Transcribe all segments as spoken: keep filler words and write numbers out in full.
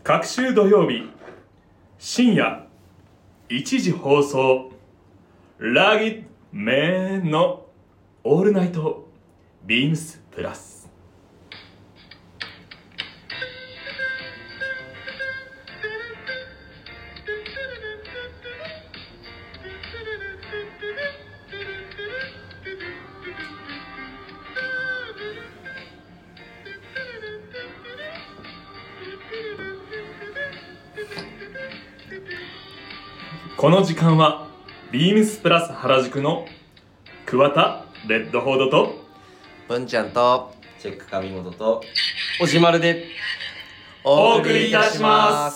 各週土曜日深夜いちじ放送、ラギッメンのオールナイトビームスプラス。この時間はビームスプラス原宿の桑田レッドフォードと文ちゃんとチェック上本とおじまるでお送りいたします。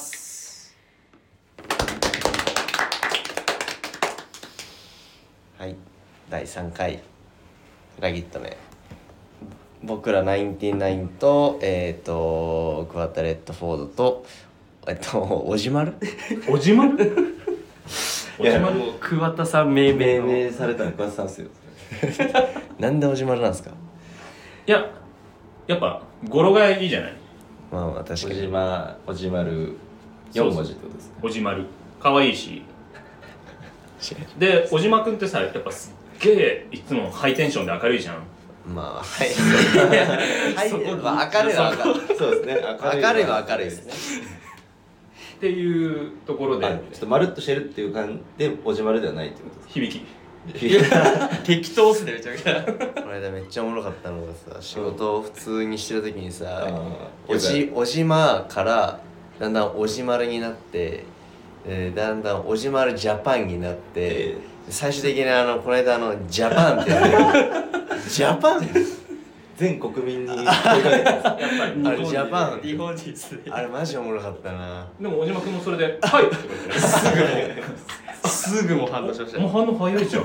はい、だいさんかいラギットね、僕らナインティナインとえっ、ー、と桑田レッドフォードとえっとおじまるおじまるいやもう桑田さん命名命名されたの桑田さんですよなんでおじまるなんですか？ いや、やっぱ語呂がいいじゃない。 まあまあ確かにおじまおじまるよん文字ってことですね。 おじまるかわいいし、でおじまくんってさ、やっぱすっげえいつもハイテンションで明るいじゃん。 まあはいはい、まあ、明るいは明るいそうですね、 明るいは明るいですねっていうところで、 ちょっとまるっとしてるっていう感じでおじまるではないってことです。 響き適当っすね、めちゃめちゃ。 この間めっちゃおもろかったのがさ、仕事を普通にしてる時にさ、 うん、 おじおじまからだんだんおじまるになって、えー、だんだんおじまるジャパンになって、えー、最終的にあのこの間あのジャパンって言われるジャパン全国民に声かけてます。やっぱりあれジャパン日本人ですね。 あれマジおもろかったな。 でもおじまくんもそれで「はい!」って言われてすぐも反応しましたね。 もう反応早いじゃん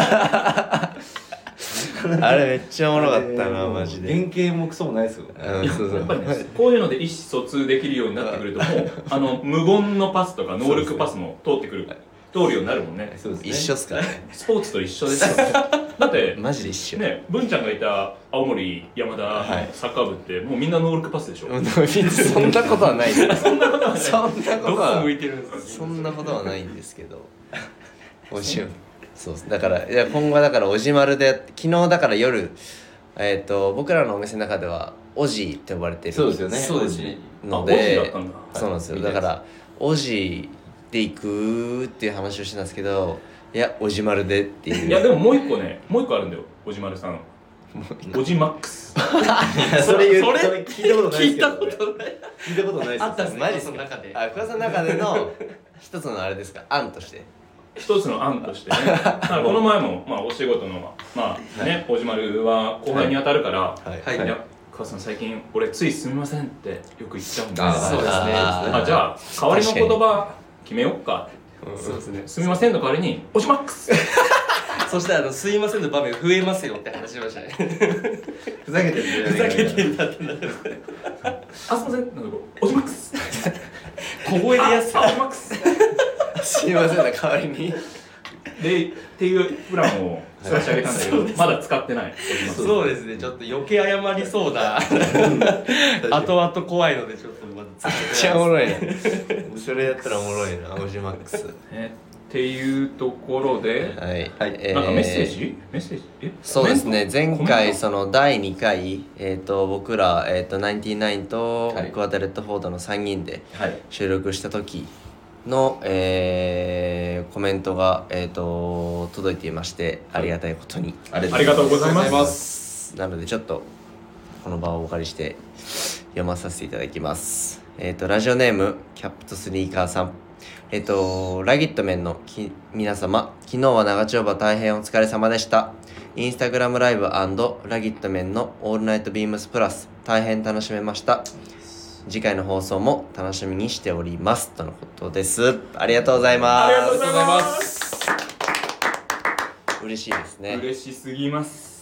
あれめっちゃおもろかったな、マジで。 原型もクソもないですよ。 うん、そうそう。 やっぱりね、こういうので意思疎通できるようになってくると、もうあの無言のパスとかノールックパスも通ってくる、通るようになるもんね。 そうですね。 一緒っすかね。 スポーツと一緒ですよだってマジで一緒ね、文ちゃんがいた青森山田のサッカー部ってもうみんなノールックパスでしょ。 そんなことはないですそんなことはない。 そんなことはどこ向いてるんですか？ そんなことはないんですけどおじそうです。だからいや今後はだからおじまるで、昨日だから夜えっ、ー、と僕らのお店の中ではおじって呼ばれてる。 そうですよね。 そうですね。 ので、 あ、おじだったんだ。 そうなんですよ。だからおじで行くっていう話をしてたんですけど、いやおじまるでっていう。 いやでももう一個ね、もう一個あるんだよ、おじまるさん。おじマックスそれ言うそれそれ聞いたことないですけど。 聞いたことない。 聞いたことないです。 あったんですね。 マジですか？ その中で。 あ、桑田さんの中での一つのあれですか、案として。 一つの案としてねだからこの前も、まあ、お仕事の、まあね、おじまるは後輩に当たるから、 はいはい。 いや、桑田さん最近俺ついすみませんってよく言っちゃうんで、 あそうですね。 あ、じゃあ代わりの言葉決めよっか。 そうですね。 すみませんの代わりにおじマックスそしたらあのすいませんの場面増えますよって話しましたね。 ふざけてるんだよね。 ふざけてんだってなる。 あ、すみませんなんかおじマックス小声でやすあ、おじマックスすいませんの代わりにでっていうプランを差し上げたんだけど、まだ使ってない。 そうですね。ちょっと余計謝りそうな後々怖いのでちょっとまだめっちゃおもろいねそれやったらおもろいな、おじマックス。 ね、っていうところで、 はい、 はいえーなんかメッセージメッセージえそうですね、前回そののだいにかい、えー、と僕ら、えー、とナインティナインとはい桑田レッドフォードのさんにんではい。 収録した時の、えーコメントが、えー、と届いていまして、ありがたいことに、 あありがとうございま。 す。 なのでちょっとこの場をお借りして読まさせていただきます。えっ、とラジオネームキャップとスニーカーさん。えっ、とラギットメンのき皆様、昨日は長丁場大変お疲れ様でした。インスタグラムライブ&ラギットメンのオールナイトビームスプラス大変楽しめました。次回の放送も楽しみにしておりますとのことです。ありがとうございます。 ありがとうございます嬉しいですね。 嬉しすぎます。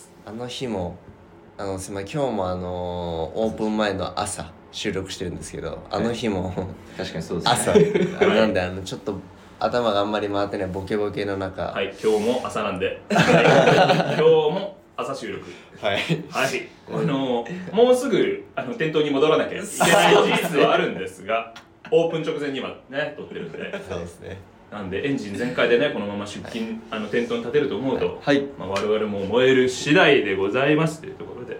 あの日もあのすみません、今日もあのオープン前の朝収録してるんですけど、あの日も確かにそうですね。 朝あれなんで、あのちょっと頭があんまり回ってないボケボケの中、 はい、今日も朝なんで今日も朝収録。 はいはい、あのもうすぐあの店頭に戻らなきゃいけない事実はあるんですがオープン直前に今ね撮ってるんで、 そうですね。 なんでエンジン全開でねこのまま出勤、はい、あの店頭に立てると思うと、 はいまあ、我々も燃える次第でございますというところで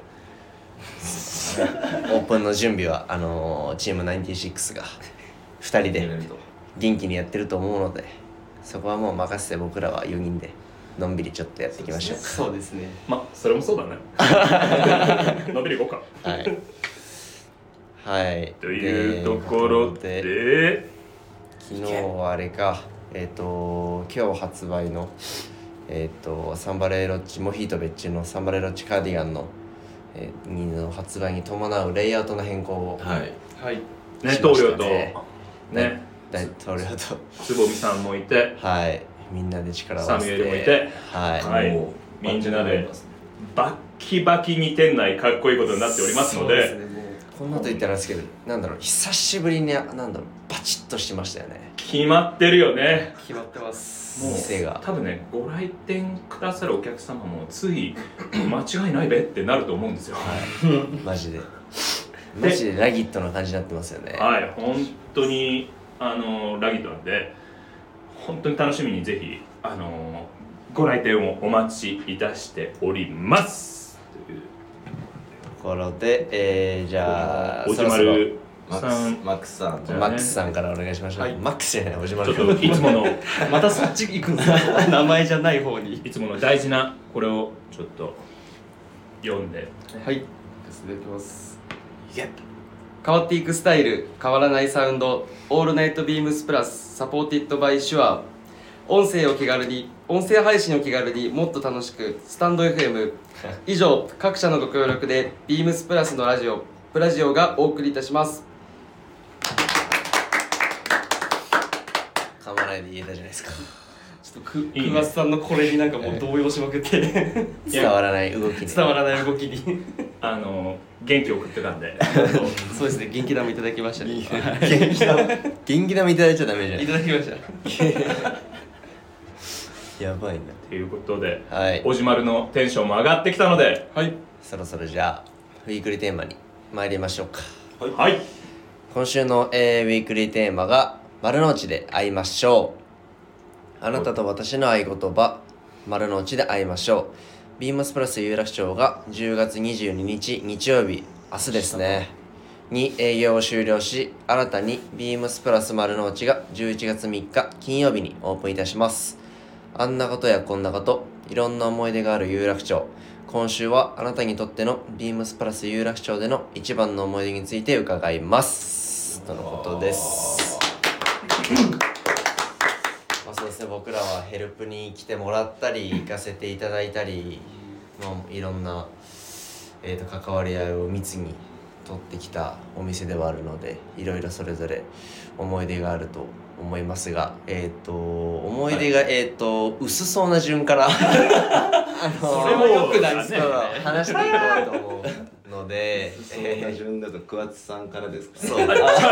オープンの準備はあのー、チームナインティシックスがふたりで元気にやってると思うので、そこはもう任せて僕らはよにんでのんびりちょっとやっていきましょうか。 そうですね。 まあそれもそうだねのんびりいこうか。 はいはいというところで昨日はあれかえっ、ー、と今日発売のえっ、ー、とサンバレーロッチモヒート別注のサンバレーロッチカーディガンの、えー、の発売に伴うレイアウトの変更をはいはいね棟梁とね大統領とつぼみさんもいて、 はいみんなで力を合わせてサミュエルもいて、 はい、 はい、みんなでバッキバキに店内かっこいいことになっておりますので、 そうですね、もうこんなこと言ったらですけど、なんだろう久しぶりになんだろうバチッとしてましたよね。 決まってるよね。 決まってます。 もう店が多分ねご来店くださるお客様もつい間違いないべってなると思うんですよ。 マジでマジでラギットな感じになってますよね。 はい本当にあのラギットなんで本当に楽しみにぜひあのご来店をお待ちいたしておりますというところで、えー、じゃあおじまるマさんックスマックスさんじゃあねマックスさんからお願いしましょう。 はいマックスじゃないおじまるちょっといつものまたそっち行くんですか名前じゃない方に。 いつもの大事なこれをちょっと読んではいいただきます。変わっていくスタイル、変わらないサウンド、オールナイトビームスプラス、サポーティッドバイシュア。音声を気軽に、音声配信を気軽にもっと楽しく、スタンド エフエム。以上、各社のご協力で、ビームスプラスのラジオ、プラジオがお送りいたします。 噛まないで言えたじゃないですか。 ちょっとく、 いいねくわさんのこれになんかもう動揺しまくって伝わらない動きに伝わらない動きにあの元気を送ってたんでそうですね、元気玉いただきましたね。 元気玉元気玉いただいちゃダメじゃないいただきましたやばいな。 ということで、 はいおじまるのテンションも上がってきたので、 はいそろそろじゃあウィークリーテーマに参りましょうか。 はい今週の、えー、ウィークリーテーマが丸の内で会いましょう。あなたと私の合言葉丸の内で会いましょう。ビームスプラス有楽町がじゅうがつにじゅうににち日曜日、明日ですねに営業を終了し、新たにビームスプラス丸の内がじゅういちがつみっか金曜日にオープンいたします。あんなことやこんなこと、いろんな思い出がある有楽町。今週はあなたにとってのビームスプラス有楽町での一番の思い出について伺いますとのことです。まあそうですね、僕らはヘルプに来てもらったり行かせていただいたり、まあ、いろんな、えーと関わり合いを密に取ってきたお店ではあるので、いろいろそれぞれ思い出があると思いますが、えっ、ー、と思い出が、はい、えっ、ー、と薄そうな順からあのそれは良くないですね。 話していこうと思うので、 そんな順だと桑田さんからですか。 そう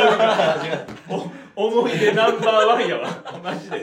お思い出ナンバーワンやわマジで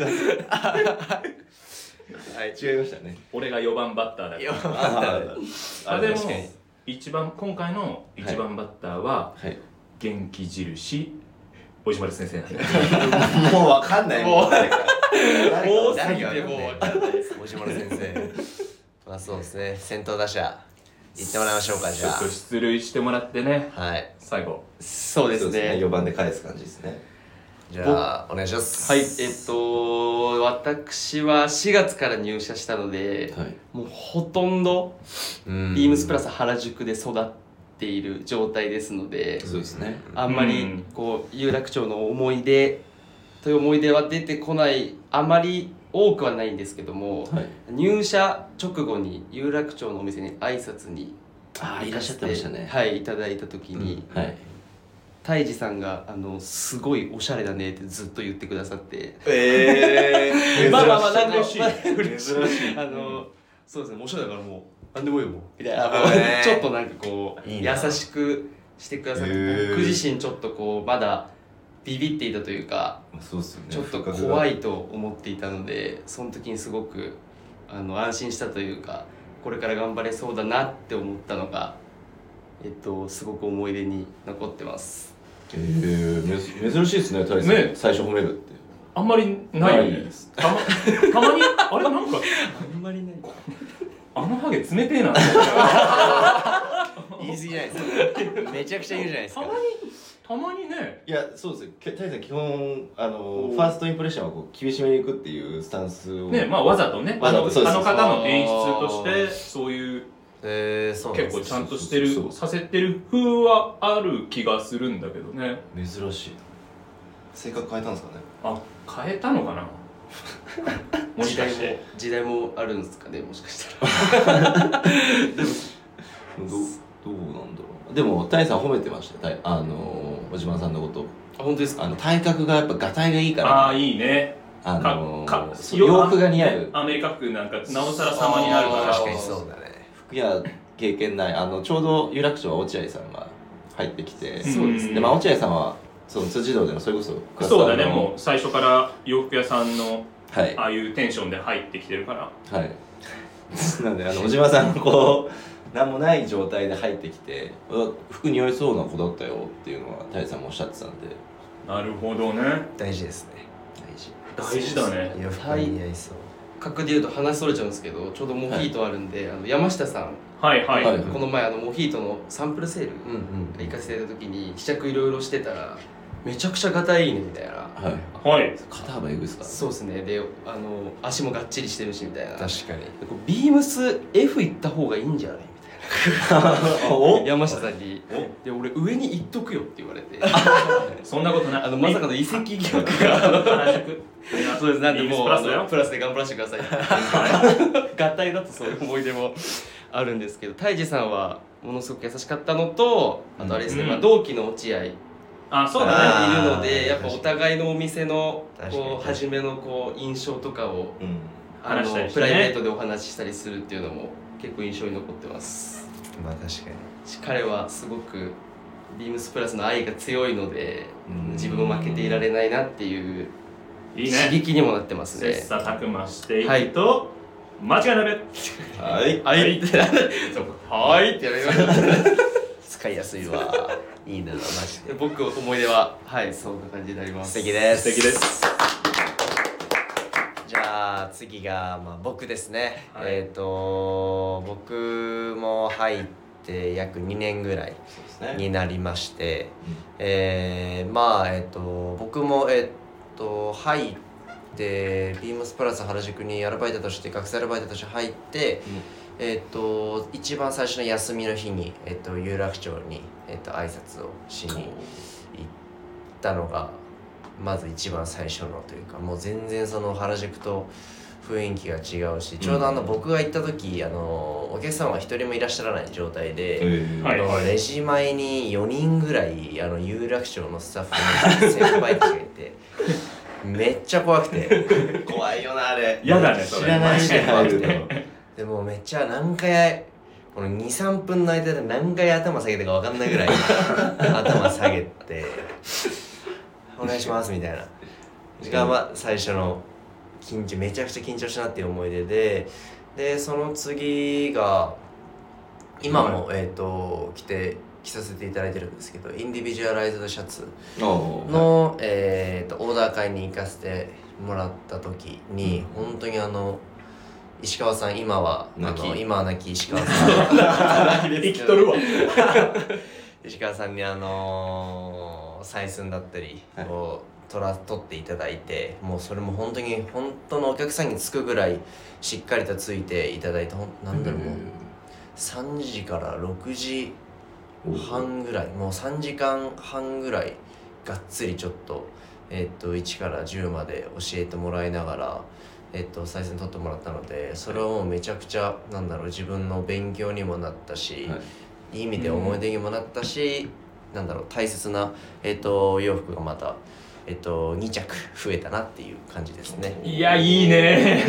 はい、違いましたね。 俺がよばんバッターだから。 よばんバッターあでも確かに一番今回の一番バッターは、 はい、 元気印おじまる先生なんでもうわかんないもう多すぎてもう分かんないです。 おじまる先生まあそうですね、先頭打者行ってもらいましょうか。じゃあちょっと出塁してもらってね、 はい最後そうですね。 よばんで返す感じですね。 じゃあお願いします。 はい、えっと私はしがつから入社したので、 はい、 もうほとんどビームスプラス原宿で育っている状態ですので、 そうですね。 あんまりこう有楽町の思い出という思い出は出てこない、あまり多くはないんですけども、 はい、 入社直後に有楽町のお店に挨拶にあいらっしゃってましたね。 はい、いただいた時に、 うん、はい泰治さんがあのすごいおしゃれだねってずっと言ってくださって、 えー、 まあまあまあなんか珍しい、 まあ珍しいあの、そうですね、おしゃれだからもうなんでもいいよもうみたいな、 えー、 ちょっとなんかこういいな優しくしてくださって、 えー、 僕自身ちょっとこうまだビビっていたというか、 そうっすよね、 ちょっと怖いと思っていたので、その時にすごくあの安心したというか、これから頑張れそうだなって思ったのが、えっと、すごく思い出に残ってます。 えー、め珍しいですね大勢、 ね最初褒めるってあんまりないよねないですたまたまにあれなんかあんまりないあのハゲ冷てえな言い過ぎじゃないですかめちゃくちゃ言うじゃないですかたまにたまにねいやそうですよ大勢さん基本あのおファーストインプレッションはこう厳しめにいくっていうスタンスをねまあわざとねわざとそうですあの方の演出としてそういうえー、そうなんです結構ちゃんとしてるそうそうそうさせてる風はある気がするんだけどね珍しい性格変えたんですかねあ変えたのかなもし時代もかして時代もあるんですかねもしかしたらどどうなんだろうでも大勢さん褒めてましたよあの小島さんのことあ本当ですかあの体格がやっぱガタイがいいからああいいねあのかかそう洋服が似合うアメリカ服なんかなおさら様になるから確かにそうだね服や経験ないあのちょうど有楽町は落合さんが入ってきてそうですねで、まあ、落合さんはその辻堂でのそれこそ桑田さんのそうだねもう最初から洋服屋さんのはいああいうテンションで入ってきてるからはいなんであの小島さんがこう何もない状態で入ってきて服似合いそうな子だったよっていうのは大地さんもおっしゃってたんでなるほどね大事ですね大事大事だね洋服に似合いそう格で言うと話それちゃうんですけどちょうどモヒートあるんで、あの山下さん、 はいはい、 はいこの前あのモヒートのサンプルセールうんうん行かせていただいた時に試着いろいろしてたらめちゃくちゃガタイいいねみたいなはいはい肩幅えぐいですかそうですねであの足もがっちりしてるしみたいな確かにでこうビームス F 行った方がいいんじゃないみたいなお山下さんに「で俺上に行っとくよ」って言われてそんなことないあのまさかの移籍疑惑原が宿そうですなんでもうプラスだよあのプラスで頑張らせてくださいって合体だとそういう思い出もあるんですけど泰治さんはものすごく優しかったのとあとあれですね、 うんまあ、同期の落合あそうだねあーいるのでやっぱお互いのお店の確かにこう初めのこう印象とかをうんあの話したりしてねプライベートでお話ししたりするっていうのも結構印象に残ってますまあ確かに彼はすごくビームスプラスの愛が強いのでうん自分も負けていられないなっていういい刺ね激にもなってますね切磋琢磨していくと、間違いないべはいはいってなそうはいってやりました使いやすいわいいなマジで僕思い出ははいそんな感じになります素敵です素敵ですじゃあ次が、まあ、僕ですね、 はいえっ、と僕も入って約にねんぐらいそうですねになりまして、えー、まあえっ、と僕もえっ、と入ってビームスプラス原宿にアルバイトとして学生アルバイトとして入って、えっ、と一番最初の休みの日に、えっ、と有楽町に、えっと挨拶をしに行ったのがまず一番最初のというかもう全然その原宿と雰囲気が違うしちょうどあの僕が行った時あのお客さんは一人もいらっしゃらない状態で、 えはいあのレジ前によにんぐらいあの有楽町のスタッフの先輩たちがいてめっちゃ怖くて怖いよなあれ嫌だねそれ知らない人入るのでもめっちゃ何回このにさんぷんの間で何回頭下げたか分かんないぐらい頭下げてお願いしますみたいながまあ最初の緊張めちゃくちゃ緊張したなっていう思い出ででその次が今も、えー、と着て着させていただいてるんですけどインディビジュアライズドシャツのの、えー、とオーダー会に行かせてもらった時に、うん、本当にあの石川さん今はあの今は亡き石川さん生きとるわ石川さんにあのー、採寸だったりを取ら取っていただいてもうそれも本当に本当のお客さんにつくぐらいしっかりとついていただいてほんなんだろうもうさんじからろくじはんぐらいもうさんじかんはんぐらいがっつりちょっと、えー、といちからじゅうまで教えてもらいながら、えー、と採寸取ってもらったのでそれはもうめちゃくちゃなんだろう自分の勉強にもなったし、はい、いい意味で思い出にもなったし、うん、なんだろう大切な、えー、と洋服がまた、えー、とに着増えたなっていう感じですね。 いやいいね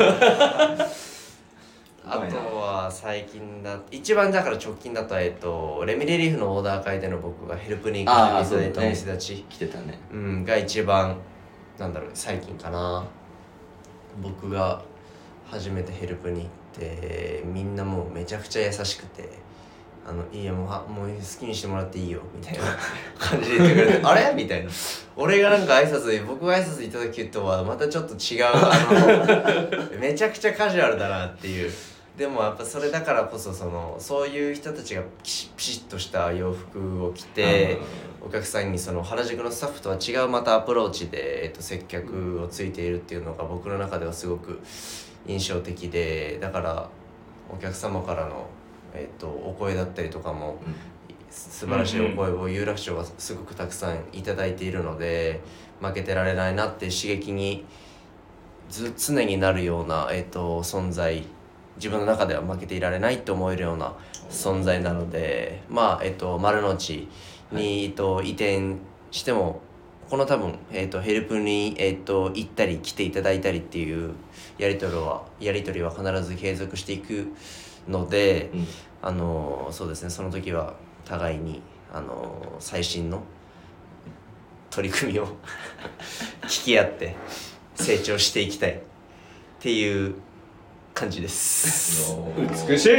あとは最近だ一番だから直近だと、えっと、レミレリーフのオーダー会での僕がヘルプに行かせていただいたお店立ち来てたね、 うん、が一番なんだろう最近かな僕が初めてヘルプに行ってみんなもうめちゃくちゃ優しくてあのいいよもうはもう好きにしてもらっていいよみたいな感じで言ってくれてあれみたいな俺がなんか挨拶で僕が挨拶行った時とはまたちょっと違うあのめちゃくちゃカジュアルだなっていうでもやっぱそれだからこそそのそういう人たちがピシッピシッとした洋服を着てお客さんにその原宿のスタッフとは違うまたアプローチで、えっと、接客をついているっていうのが僕の中ではすごく印象的でだからお客様からのえー、とお声だったりとかも、うん、素晴らしいお声を有楽町はすごくたくさんいただいているので負けてられないなって刺激にず常になるような、えー、と存在自分の中では負けていられないと思えるような存在なのでまあ、えー、と丸の内に、はいえー、と移転してもこの多分、えー、とヘルプに、えー、と行ったり来ていただいたりっていうやり取りはやり取りは必ず継続していくので、うん、あのそうですねその時は互いにあの最新の取り組みを聞き合って成長していきたいっていう感じです美しい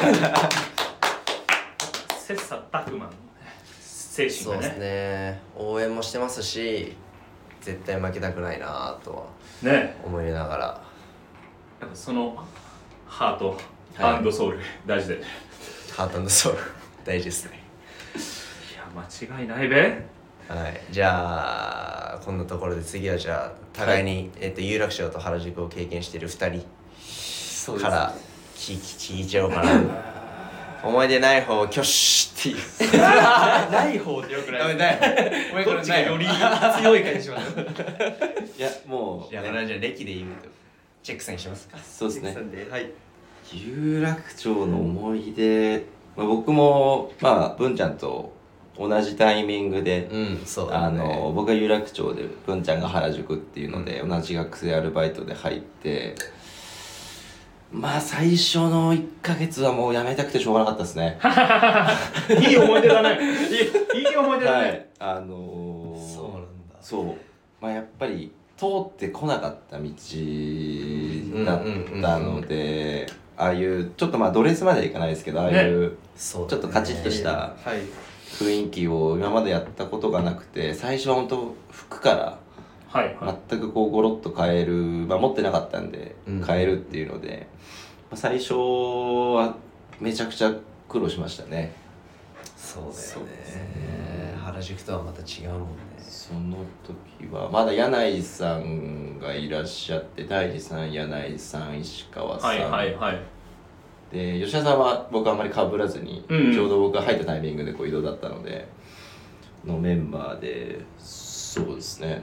切磋琢磨精神がねそうですね応援もしてますし絶対負けたくないなとはね思いながら、 やっぱそのハートアンドソウル、はい、大事だよねハートアンドソウル大事ですねいや間違いないべはいじゃあこんなところで次はじゃあ互いに、はいえー、と有楽町と原宿を経験しているふたりから聞, 聞いちゃおうかな思い出ない方を挙手っていうない方ってよくないないどっちがより強い感じしますいやもうじゃあ、ね、じゃあ歴で言うとチェックさんにしますかそうですねはい有楽町の思い出、まあ、僕もまあ文ちゃんと同じタイミングで、 うんそうだね、 あの僕が有楽町で文ちゃんが原宿っていうので、うん、同じ学生アルバイトで入ってまあ最初のいっかげつはもうやめたくてしょうがなかったですねいい思い出だねいい、いい思い出だね、はい、 あのー、 そうなんだそうまあやっぱり通ってこなかった道だったのでああいうちょっとまあドレスまではいかないですけどああいう、ね、ちょっとカチッとした雰囲気を今までやったことがなくて最初は本当服から全くこうゴロッと変える、まあ、持ってなかったんで変えるっていうので、うん、最初はめちゃくちゃ苦労しましたねそうだよ ね, そうね原宿とはまた違うもんねその時はまだ柳井さんがいらっしゃって大地さん柳井さん石川さん、はいはいはい、で吉田さんは僕あんまり被らずに、うんうん、ちょうど僕が入ったタイミングでこう移動だったのでのメンバーでそうですね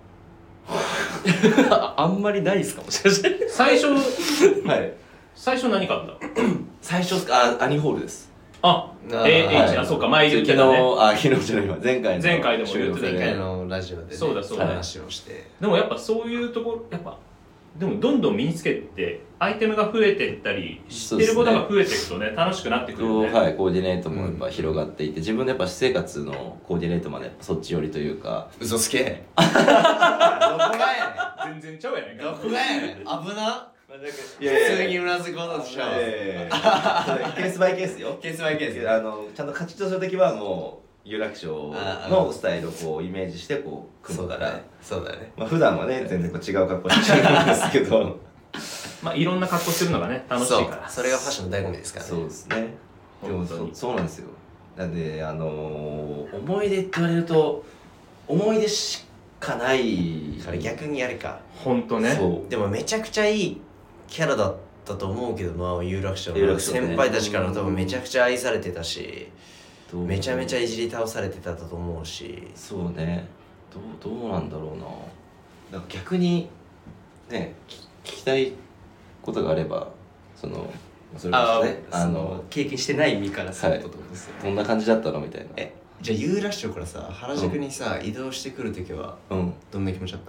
あんまりないですかもしかして最初はい最初何買った最初あアニホールですあ、エーエイチ、あ、そうか、前言ってたね。 あ、昨日じゃない、前回の前回でも言ってたね。 前回のラジオでね、 そうだそうだ話をして。 でもやっぱそういうところ、やっぱ、でもどんどん身につけて、アイテムが増えていったり、知ってることが増えていくとね、楽しくなってくるよね。 はい、コーディネートもやっぱ広がっていて、自分のやっぱ私生活のコーディネートまでそっち寄りというか。 嘘つけどこがやねん。全然ちゃうやねん。 どこがやねん。危な。 いやいや普通にうなずくことしちゃう。 ケースバイケースよ。 ケースバイケース。 あのちゃんとカチッとするときはもう有楽町のスタイルをこうイメージしてこう組むから。 そうだね。 まあ普段はね全然こう違う格好してるんですけど。 まあいろんな格好するのがね楽しいから。 それがファッションの醍醐味ですからね。 そうですね。でもそそうなんですよ。なんであの思い出って言われると思い出しかないから逆にあれか。 本当ね。 でもめちゃくちゃいいキャラだったと思うけどな有楽町の先輩たちから多分めちゃくちゃ愛されてたし、めちゃめちゃいじり倒されてたと思うし。 そうねどうどうなんだろうな。なんか逆にね聞きたいことがあればそのそれこそねあの経験してない身からするとどうですよ、 はい、どんな感じだったのみたいな。 えじゃあ有楽町からさ原宿にさ、うん、移動してくるときは、うん、どんな気持ちだった？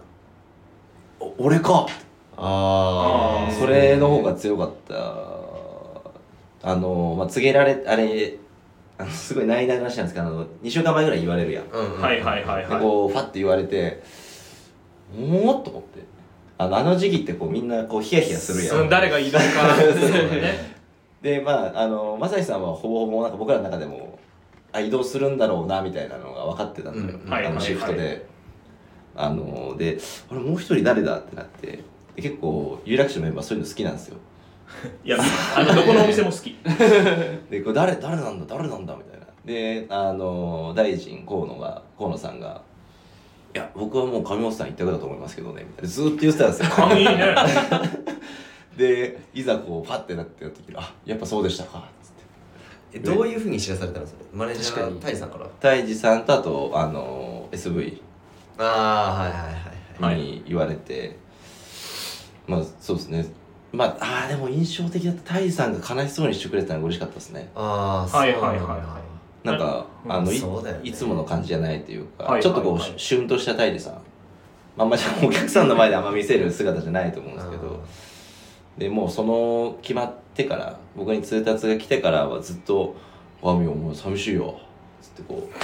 お俺かああそれの方が強かった。あのまあ告げられあれあのすごい内々の話なんですけどあのにしゅうかんまえぐらい言われるやん、 うんうん、はいはいはいはいでこうファッて言われておーっと思ってあのあの時期ってこうみんなこうヒヤヒヤするやん、 誰がいるのかねでまああの正志さんはほぼほぼなんか僕らの中でもあ移動するんだろうなみたいなのが分かってたんだよ、 うんあのシフトで、はいはいはい、あのであれもう一人誰だってなってで結構有楽町のメンバーそういうの好きなんですよいやあのどこのお店も好きでこれ誰誰なんだ誰なんだみたいなであの大臣河野が河野さんがいや僕はもう上本さん一択だと思いますけどねみたいなずーっと言ってたんですよ髪いいねでいざこうパッてなってた時にあやっぱそうでしたかっつってえどういうふうに知らされたのそれマネージャータイさんから大治さんとあとあの エスブイああはいはいはいはいに言われて、まあそうですねまああーでも印象的だった大治さんが悲しそうにしてくれてたのが嬉しかったですねああはいはいはいはいなんか、 うんあの い,、 そうだよね、 いつもの感じじゃないというか、 はいはいはい、 ちょっとこうシュンとした大治さん、まあ、あんまりお客さんの前であんま見せる姿じゃないと思うんですけどでもうその決まってから僕に通達が来てからはずっと「あみよもう寂しいよ」つってこう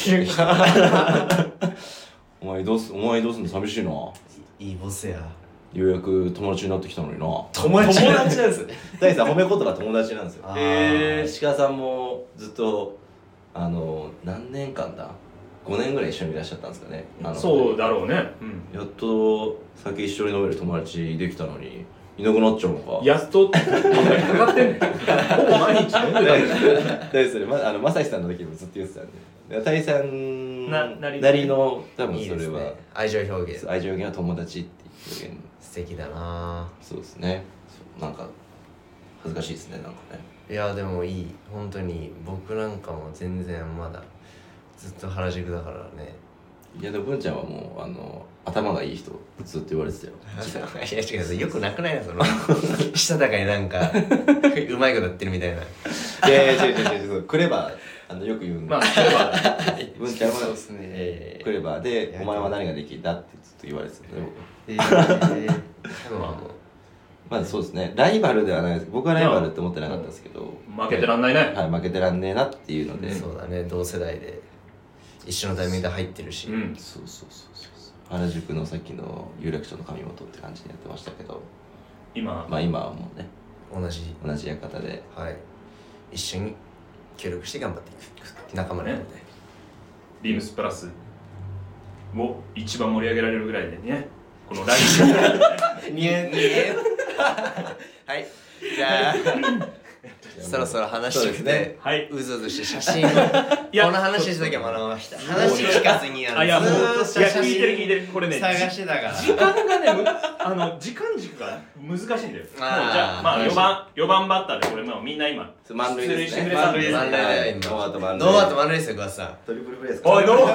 「お前どうすお前どうすんの寂しいな」 いいボスやようやく友達になってきたのにな友達友達なんですね大治さん褒め言葉友達なんですよへー石川さんもずっとあの何年間だごねんぐらい一緒にいらっしゃったんですかねあのそうだろうね、うん、 やっと酒一緒に飲める友達できたのにいなくなっちゃうのかやっとかかってんねんほぼ毎日飲んでたんだよ大丈夫それ、ま、あの正志さんの時もずっと言ってたんで大志さんななりなりの多分いいですそれはね愛情表現愛情表現は友達っていう表現素敵だなそうですねそうなんか恥ずかしいですねなんかねいやでもいい本当に僕なんかも全然まだずっと原宿だからねいやでも文ちゃんはもうあの頭がいい人ずっと言われてたよいや違うよくなくないなそのしたたかになんかうまいことやってるみたいないやいや違う違う違う違うクレバーあのよく言うんでまあそれは文ちゃんはそうですねえクレバーでいやお前は何ができるんだってずっと言われてたんで僕えー、多分もうまあそうですねライバルではないです僕はライバルって思ってなかったですけど負けてらんないね、 はい負けてらんねえなっていうので、 そうだね同世代で一緒のタイミングで入ってるし、 うん、 そうそうそうそう原宿のさっきの有楽町の上本って感じでやってましたけど今まあ今はもうね同じ同じ館ではい一緒に協力して頑張っていく仲間なので、ね、 ビームスプラスを一番盛り上げられるぐらいでねこのライブにえにえはいじゃあそろそろ話してて、ね、 はいうずうずして写真この話した時は学びました話聞かずにあいやもうずーっと写いや聞いてる聞い真てるこれね探してたから時間がねむあの時間軸が難しいんだよもうじゃあまああーよばんよばんバッターでこれまあみんな今満塁ですね出塁してくれたんで満塁だよ今ノーアウト満塁ノーアウト満塁ですよ桑田さんトリプルプレーですかおいどう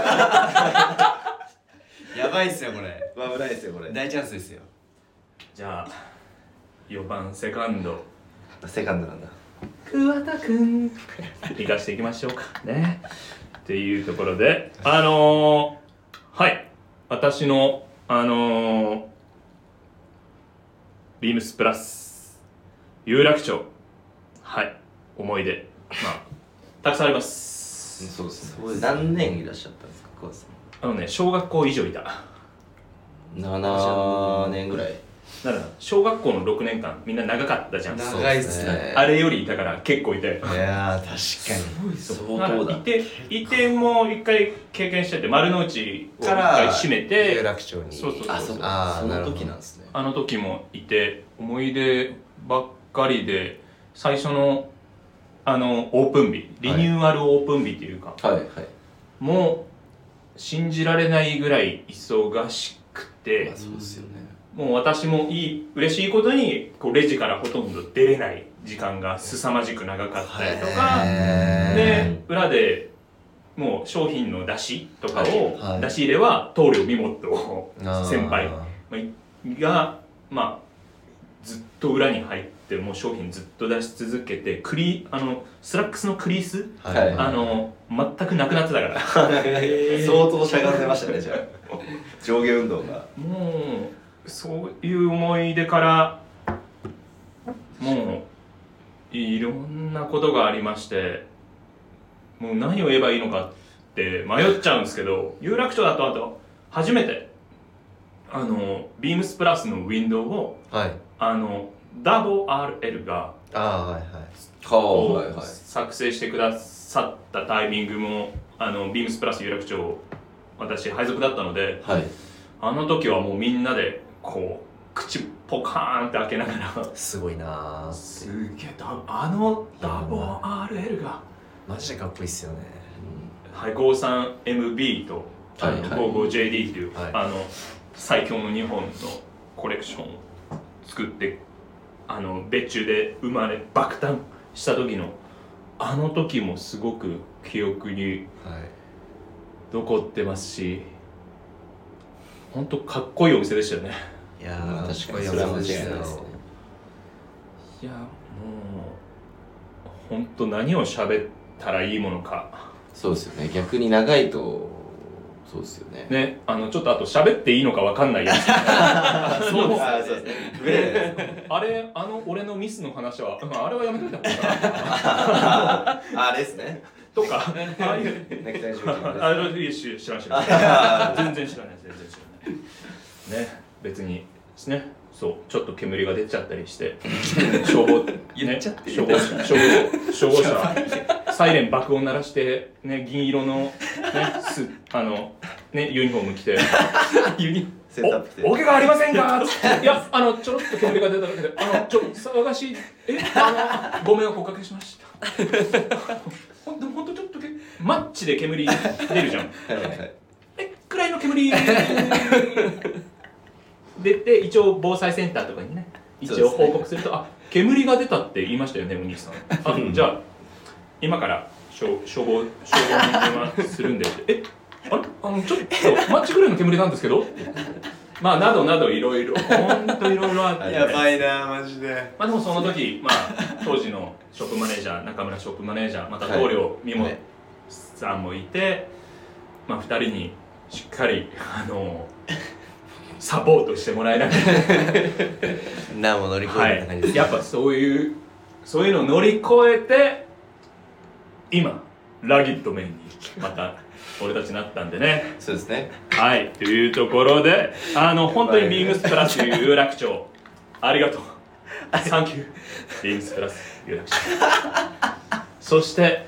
やばいっすよこれまあ危ないですよこれ大チャンスですよじゃあよばんセカンドセカンドなんだ桑田くん行かしていきましょうかねっていうところであのー、はい私のあのー、ビームスプラス有楽町はい思い出まあたくさんありますそうですね何年いらっしゃったんですか桑田さあのね小学校以上いたんななねんぐらいだから小学校のろくねんかんみんな長かったじゃん長いっすねあれよりいたから結構いていやー確かに相当だいていてもう一回経験してて丸の内を一から回閉めて有楽町にそうそうそうあそうあーそのなるほど時なんですねあの時もいて思い出ばっかりで最初のあのオープン日リニューアルオープン日っていうか、 はいはいもう信じられないぐらい忙しくてまあそうですよねもう私もいい嬉しいことにこうレジからほとんど出れない時間が凄まじく長かったりとかで裏でもう商品の出しとかを、 はい、 出し入れは棟梁ミモット先輩がまあずっと裏に入ってもう商品ずっと出し続けてクリあのスラックスのクリース、 はい、 あの全くなくなってたから相当しゃがんでましたねじゃあ上下運動がもうそういう思い出からもういろんなことがありましてもう何を言えばいいのかって迷っちゃうんですけど有楽町だとあと初めてあのビームスプラスのウィンドウをはいあの ダブリューアールエル がああはいはいをはいはい作成してくださったタイミングもあのビームスプラス有楽町私配属だったので、 はい、 あの時はもうみんなでこう口ポカーンって開けながらすごいなーすげえあの ダブリューアールエル がマジでかっこいいっすよね。 はい、ごじゅうさんエムビー とあのはいはいごじゅうごジェーディー っていう、 はいあの最強のにほんのコレクションを作ってあの別注で生まれ爆誕した時のあの時もすごく記憶にはい残ってますし、本当かっこいいお店でしたよね。 いやまあー確かにそれは間違いないですね。 いやもう本当何を喋ったらいいものかそうですよね。逆に長いとそうですよね。 ね、あのちょっとあと喋っていいのかわかんないやつそうですあそうですね。 あれあの俺のミスの話は、うんあれはやめといた方がいいかなあれですね。 とかああいうネクタイ状況あれいや知らん知らん知らん全然知らない全然知らないね、別にですね、そうちょっと煙が出ちゃったりして消防言っちゃってる消防車消防消防車サイレン爆音鳴らしてね、銀色のねすあのねユニフォーム着てユニセットアップ着てお、お怪我ありませんかつっていやあのちょろっと煙が出ただけであのちょ騒がしいえあのご迷惑おかけしましたほんとほんとちょっとけマッチで煙出るじゃんはいはいえくらいの煙出て一応防災センターとかにね一応報告すると、あ煙が出たって言いましたよねお兄さんあじゃあ今から消消防消防に電話するんでえあれあのちょっとマッチぐらいの煙なんですけどまあなどなどいろいろほんといろいろあってやばいなマジで。 まあでもその時、まあ、当時のショップマネージャー中村ショップマネージャーまた棟梁美穂さんもいて、まあ、ふたりにしっかりあのサポートしてもらいながら何も乗り越えはた感じです、 い、やっぱそういうそういうのを乗り越えて今ラギットメインにまた俺たちなったんでねそうですね。 はいというところであの本当にビームスプラス有楽町ありがとうサンキュービームスプラス有楽町そして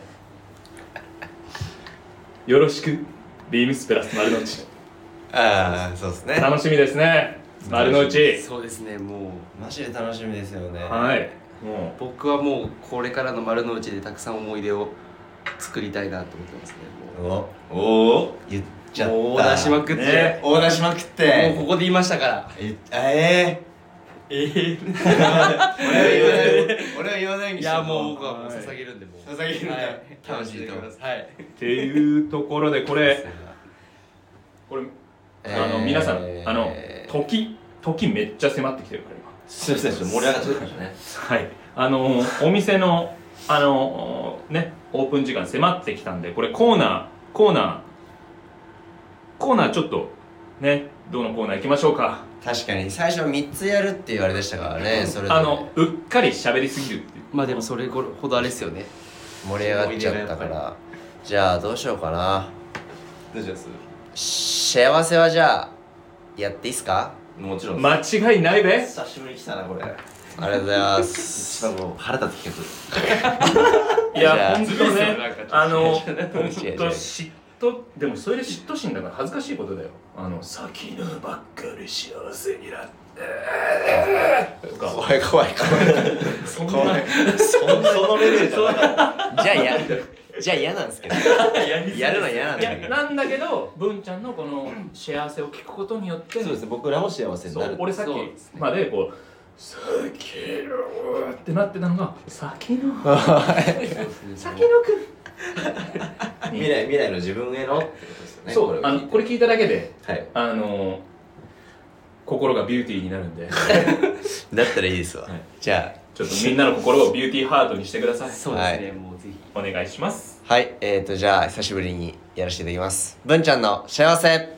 よろしくビームスプラス丸の内ああそうですね。 楽しみですね丸の内そうですね、もうマジで楽しみですよね。 はいも僕はもうこれからの丸の内でたくさん思い出を作りたいなと思ってますね。もおおお。 言っちゃった。 う大出しまくって、 ね大出しまくっもうて。 ここで言いましたから。 ええええ俺は言わない俺は言わないにいしよやもう僕はもうはい捧げるんでもう捧げるんだはい楽しいと楽しんでください。はい。 っていうところでこれこれあの皆さんあの時時めっちゃ迫ってきてるから今そうですね。ちょっと盛り上がってきましたね。 はい、あのお店のあのねオープン時間迫ってきたんでこれコーナーコーナーコーナーちょっとねどのコーナー行きましょうか。 確かに最初みっつやるって言われでしたからね。それぞれあのうっかり喋りすぎるっていうまあでもそれほどあれですよね。 盛り上がっちゃったからじゃあどうしようかな。 どうします幸せはじゃあやっていいっすか。 もちろん。 間違いないべ。 久しぶりに来たな、これ。 ありがとうございます一番もう腹立つ企画。 いじゃあや本当ねあの本違う違う当嫉妬でもそれで嫉妬心だから恥ずかしいことだよ。あの先のばっかり幸せになってとか怖い怖い怖いそんな怖いそんなそのレベルじゃなかったじゃあやじゃあ嫌なんですけどやるの嫌なんいやだけどなんだけど文ちゃんのこの幸せを聞くことによってそうですね、僕らも幸せになる。 そう俺さっきそうですねまでこう先のってなってたのが先の先のくん未来、未来の自分へのってことですよね。 そうあのこれ聞いただけではい。 あの心がビューティーになるんでだったらいいですわ、 はいじゃちょっとみんなの心をビューティーハートにしてください。 そうですね、もうぜひ。 お願いします。 あはいえーとじゃあ久しぶりにやらせていただきます文ちゃんの幸せはい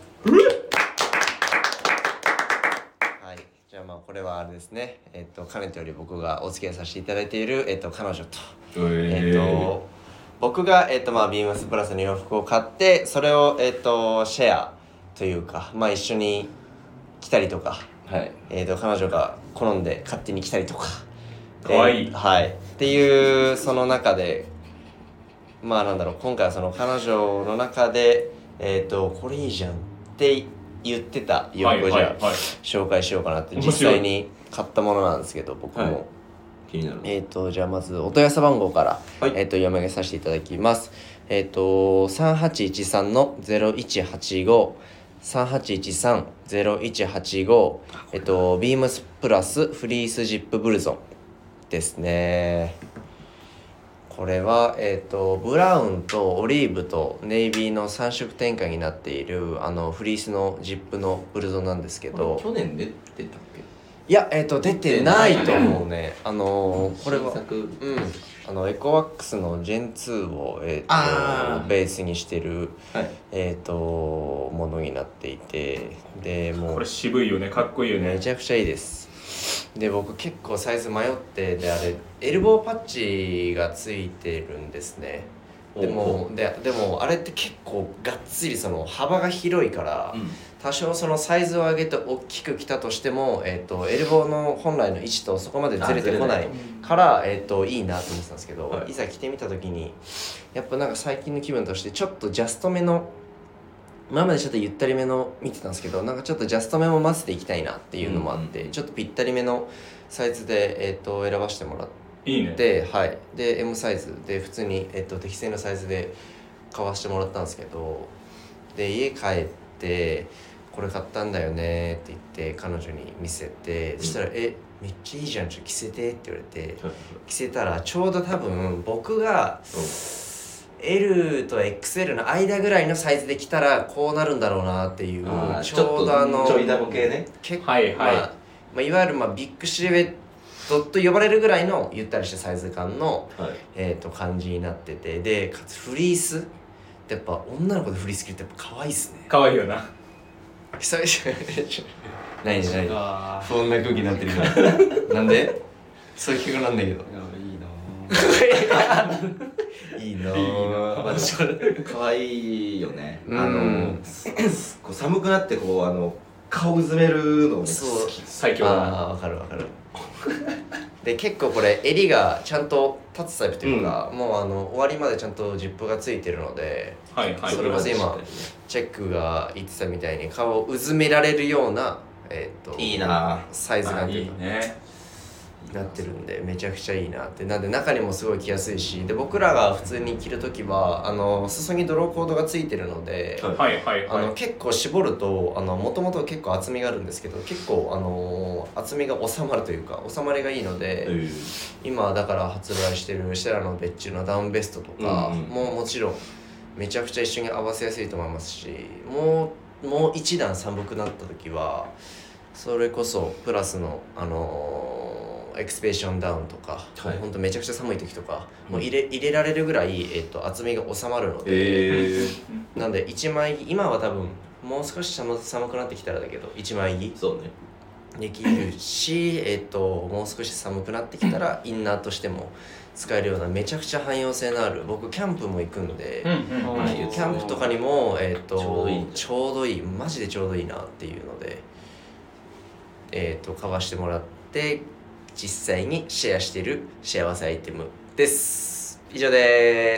じゃあまあこれはあれですねえっ、とかねてより僕がお付き合いさせていただいている、えっと彼女とえっ、と僕が、えっとまあ、ビームスプラスの洋服を買ってそれを、えっとシェアというか、まあ、一緒に着たりとか、 はい。 えっと彼女が好んで勝手に着たりとかかわいい、 はいっていうその中でまあなんだろう今回はその彼女の中でえっ、ー、とこれいいじゃんって言ってた洋服をじゃあ、はいはいはい、紹介しようかなって実際に買ったものなんですけど僕も、はい、 気になるえっ、ー、とじゃあまずお問い合わせ番号から、はい、えー、と読み上げさせていただきます。えっ、ー、とさんはちいちさんのゼロいちはちごさんはちいちさんゼロいちはちごえっとビームスプラスフリースジップブルゾンですね。これは、えー、とブラウンとオリーブとネイビーのさん色展開になっているあのフリースのジップのブルゾンなんですけど、 去年出てたっけ？ いや、えー、と出てないと思うね。あのー、これはうんあのエコワックスのジェンツーを、えー、とベースにしてる、はい、えー、とものになっていて、でもうこれ渋いよね、かっこいいよね。 めちゃくちゃいいです。で僕結構サイズ迷って、であれエルボーパッチがついてるんですね。でもででもあれって結構がっつりその幅が広いから、うん、多少そのサイズを上げて大きく着たとしても、えー、とエルボーの本来の位置とそこまでずれてこないから、えー、といいなと思ってたんですけど、はい、いざ着てみた時にやっぱなんか最近の気分としてちょっとジャストめの今までちょっとゆったりめの見てたんですけど、なんかちょっとジャストめも混ぜていきたいなっていうのもあって、うんうん、ちょっとぴったりめのサイズで、えー、と選ばせてもらって。 いいね。 で、はい、で エム サイズで普通に、えっと、適正なサイズで買わしてもらったんですけど、で家帰ってこれ買ったんだよねって言って彼女に見せて、うん、そしたらえめっちゃいいじゃん、ちょっと着せてって言われて、着せたらちょうど多分僕が、うん、エル と エックスエル の間ぐらいのサイズで着たらこうなるんだろうなっていう、 ちょうどあのちょいダボ系ね、 結構、はいはい、まあまあ、いわゆるまあビッグシルエットと呼ばれるぐらいのゆったりしたサイズ感の、はい、えー、と感じになってて、でかつフリースってやっぱ女の子でフリース着るってやっぱ可愛いっすね。 可愛いよな。 久々何何何不穏な空気になってるからなんでそういう気がなんだけど、いいなぁいいなぁ可愛いよね。あのこう寒くなってこうあの顔うずめるのも好き。 最強だな。 あ分かる分かるで結構これ襟がちゃんと立つタイプというか、うん、もうあの終わりまでちゃんとジップがついてるので、はいはい、それこそ今チェックが言ってたみたいに顔をうずめられるような、えー、といいなサイズ感というかいいねなってるんでめちゃくちゃいいなって。なんで中にもすごい着やすいし、で僕らが普通に着るときはあの裾にドローコードがついてるので、はいはいはい、あの結構絞るともともと結構厚みがあるんですけど、結構あの厚みが収まるというか収まりがいいので、えー、今だから発売してるシェラの別注のダウンベストとかももちろんめちゃくちゃ一緒に合わせやすいと思いますし、もうもう一段寒くなった時はそれこそプラスのあのーエクスペーションダウンとか、はい、ほんとめちゃくちゃ寒い時とか、うん、もう入れ、入れられるぐらい、えー、と厚みが収まるので、えー、なんでいちまい着、今は多分もう少し寒くなってきたらだけどいちまい着そうねできるし、えー、ともう少し寒くなってきたらインナーとしても使えるようなめちゃくちゃ汎用性のある、僕キャンプも行くんで、うんうん、キャンプとかにも、えー、とちょうどいい、ちょうどいいマジでちょうどいいなっていうので、えー、と買わしてもらって実際にシェアしてる幸せアイテムです。以上です。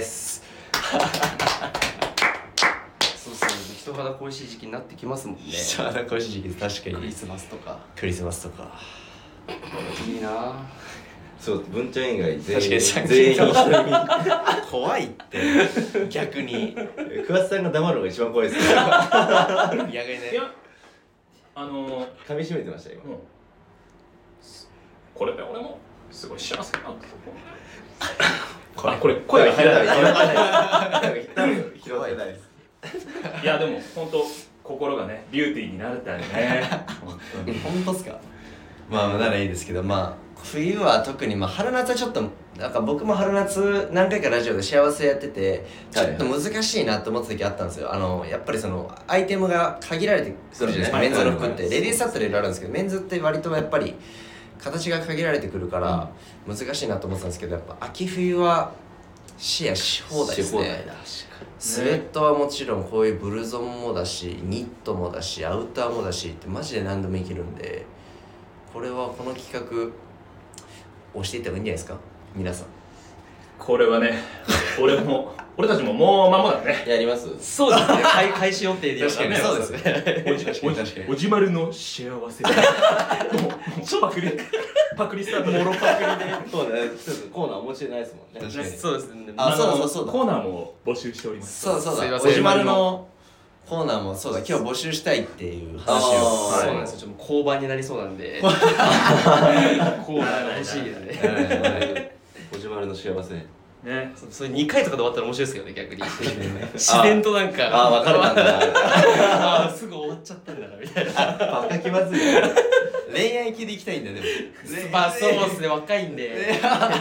そうそう、人肌恋しい時期になってきますもんね。 人肌恋しい時期、確かにクリスマスとかクリスマスとかいいな。 そう文ちゃん以外全員全員怖いって逆に桑田さんが黙るのが一番怖いですね。 やがいね。 いやあのー、 噛み締めてました今、うん、 これで俺もすごい幸せだなってこれこれ声が入らない。 拾わないです。 いやでも本当心がねビューティーになるってあるね。 本当っすか。まあならいいですけど、まあ冬は特に、まあ春夏はちょっとなんか僕も春夏何回かラジオで幸せやっててちょっと難しいなと思った時あったんですよ。あのやっぱりそのアイテムが限られてくるじゃないですか。メンズの服ってレディースだったらいろいろあるんですけど、メンズって割とやっぱり形が限られてくるから難しいなと思ってたんですけど、やっぱ秋冬はシェアし放題ですね。スウェットはもちろんこういうブルゾンもだしニットもだしアウターもだしってマジで何でもいけるんで、これはこの企画押していった方がいいんじゃないですか皆さん。 これはね俺も俺たちももう間もなくねやります。 そうですね開開始予定で確かにそうですねおじ確かに確かにおじまるの幸せもうもうパクリパクリスタートもろパクリでそうだね。ちょっとコーナーお持ちでないですもんね。 確かにそうですねあのそうだそうだそうだコーナーも募集しておりますそうそうすいませんだおじまるのコーナーもそうだ今日募集したいっていう話をあーそうなんですよちょっと交番になりそうなんでコーナーが欲しいですねおじまるの幸せ。 ねそそれにかいとかで終わったら面白いですけどね逆に自然となんかああ、別れたんだ。 あーすぐ終わっちゃったんだなみたいなバカ気まずい。 恋愛系でいきたいんだよでもまあそうですね若いんで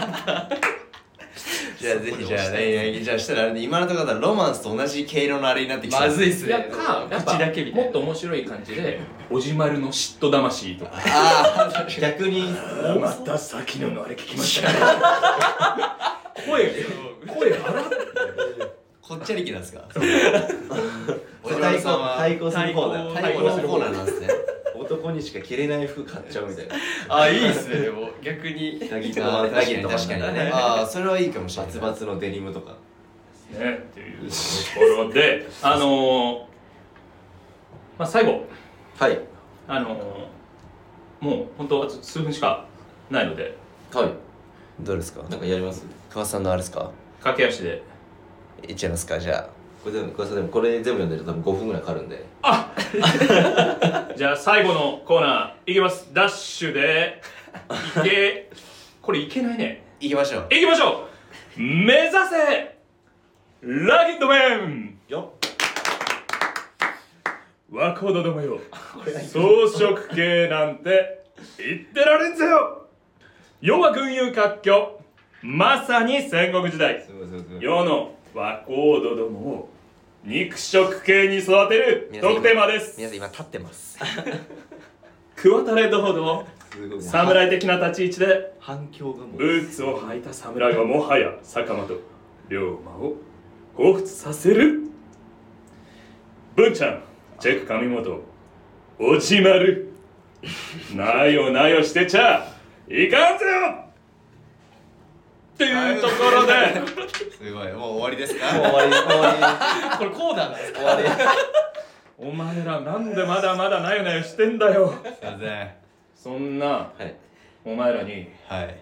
じゃあぜひじゃあ恋愛じゃあしたらあれで今のところだったらロマンスと同じ毛色のあれになってきそうまずいっすいやねかやっぱ口だけみたいなもっと面白い感じでおじまるの嫉妬魂とかああ逆に。 また先ののあれ聞きましたね声声荒っこっちゃりきなんですかおじま対るさんは抗するコーナー。 対抗のコーナーなんですね男にしか着れない服買っちゃうみたいな。 あいいっすねでも逆にラギットあーマン確かに確かにねああそれはいいかもしれないバツバツのデニムとか。 ねっていうところであのー、まあ最後はい。 あのー、もう本当あと数分しかないのではい。 どうですかなんかやります？ 桑田さんのあれですか駆け足でいっちゃいますかじゃこれでも、桑田さんでもこれ全部読んでると多分ごふんぐらいかかるんで。 じゃあ最後のコーナーいきますダッシュでいけこれいけないねあ行きましょういきましょう目指せラギットメンよ若者どもよ装飾系なんて言ってられんぜよ世は群雄割拠まさに戦国時代すごいすごいすごい。 世の若人どもを肉食系に育てるトークテーマです皆さん今立ってます桑田レッドほどすごいね。 侍的な立ち位置で反響がもう。 ブーツを履いた侍はもはや坂本龍馬を彷彿させる文ちゃんチェック上本おじまるなよなよしてちゃいかんぜよっていうところですごいもう終わりですかもう終わり終わこれコーナーなんですかり終わり。 お前らなんでまだまだなよなよしてんだよすいませんそんなはい。 お前らにはい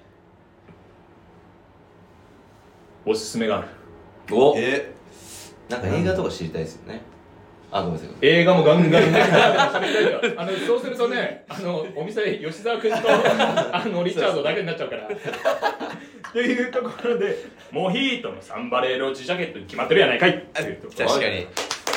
おすすめがあるお。 えなんか映画とか知りたいですよね。あ、ごめんなさい。 映画もガンガンねあのそうするとねあのお店吉沢君とあのリチャードだけになっちゃうからっていうところでモヒートのサンバレーローチジャケットに決まってるやないかいっていうところ確かに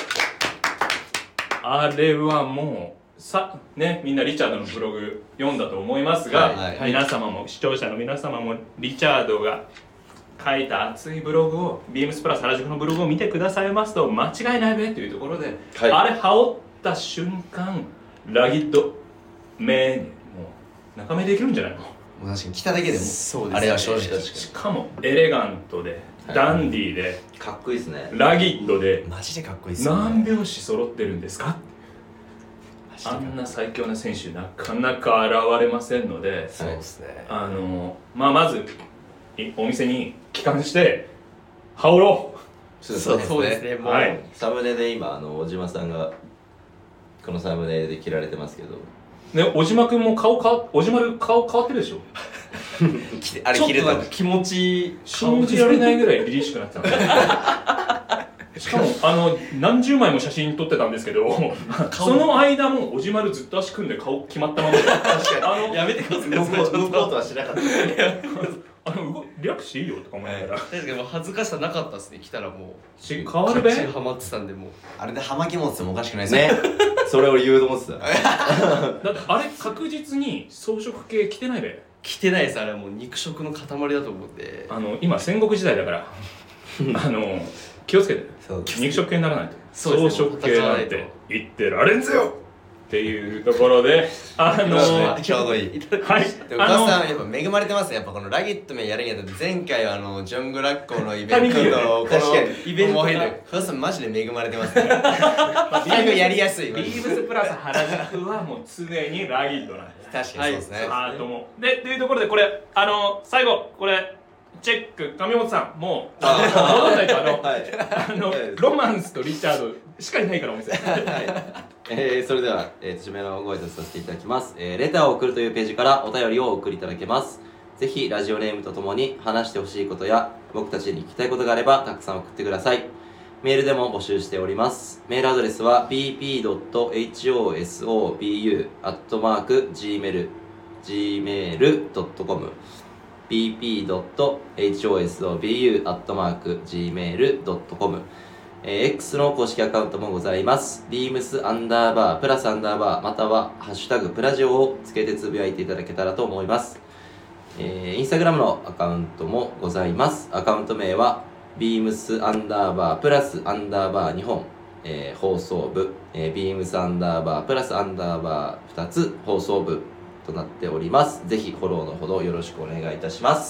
あれはもうさねみんなリチャードのブログ読んだと思いますが、 はいはい皆様も視聴者の皆様もリチャードが書いた熱いブログをビームスプラス原宿のブログを見てくださいますと間違いないべというところで、 はいあれ羽織った瞬間ラギッド目にもう中目できるんじゃないのもう確かに着ただけでもそうですねあれは正直確かにしかもエレガントでダンディーでかっこいいですね。 ラギッドでマジでかっこいいっすよね何拍子揃ってるんですかマジでかっこいいあんな最強な選手なかなか現れませんのでそうですねあのまあまずいお店に帰還して羽織ろそうそうですねそうですねもう、 はいサムネで今あの小島さんがこのサムネで切られてますけど。 うね小島君も顔か小島る顔変わってるでしょ着てあれちょっと着るとなんか気持ち信じられないぐらい凛々しくなってたのしかもあの何十枚も写真撮ってたんですけどその間も小島るずっと足組んで顔決まったままで確かにあのやめてください動こうそれちょっ動ことうとはしなかった。 あの動リラックスしていいよとか思いながら確かにもう恥ずかしさなかったですね来たらもうし変わるべガチハマってたんでもうあれで葉巻持っててもおかしくないですねね。それを言うと思ってた。 だってあれ確実に装飾系着てないべ着てないですあれはもう肉食の塊だと思うんであの今戦国時代だからあの気をつけてそう肉食系にならないとそうですね装飾系なんて言ってられんぜよっていうところであのー、 ちょうどいい。 はいでもガスさんやっぱ恵まれてますね。やっぱこのラギットメンやるにあたって前回はあのジョングラッコのイベントとこのイベントがガスさんマジで恵まれてますね。最後やりやすい。 ビームスプラス原宿はもう常にラギットなんです確かにそうですね。 アートもでというところでこれあの最後これチェック上本さんもう戻らないとあの、 はいあのロマンスとリチャードしかいないからお店はいえー、それでは、えー、締めのご挨拶させていただきます、えー、レターを送るというページからお便りをお送りいただけます。ぜひラジオネームとともに話してほしいことや僕たちに聞きたいことがあればたくさん送ってください。メールでも募集しております。メールアドレスは ビーピードットホソブ アットマーク ジーメール ジーメール ドットコム ビーピードットホソブ アットマーク ジーメール ドットコムえー、X の公式アカウントもございます。beams アンダーバープラスアンダーバーまたはハッシュタグプラジオをつけてつぶやいていただけたらと思います。えー、インスタグラムのアカウントもございます。アカウント名は beams アンダーバープラスアンダーバー日本、えー、放送部、えー、beams アンダーバープラスアンダーバーふたつ放送部となっております。ぜひフォローのほどよろしくお願いいたします。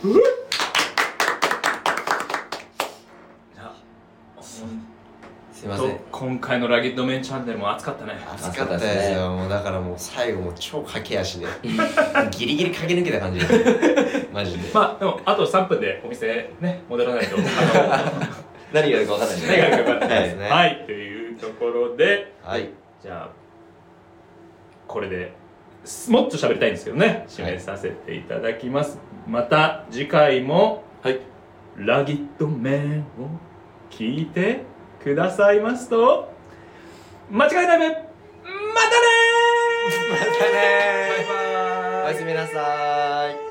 すいません。 今回のラギットメンチャンネルも熱かったね。 暑かったですよ。もうだからもう最後もう超駆け足でギリギリ駆け抜けた感じでマジで。 まあでもあとさんぷんでお店ね戻らないと何があるか分かんないんで何があるか分かんないですね。 はいというところで、 はい。 じゃあこれでもっと喋りたいんですけどね締めさせていただきます。また次回も、 はい、 ラギットメンを聞いてくださいますと間違いないべ。またねーまたねー。 バイバーイ。 おやすみなさーい。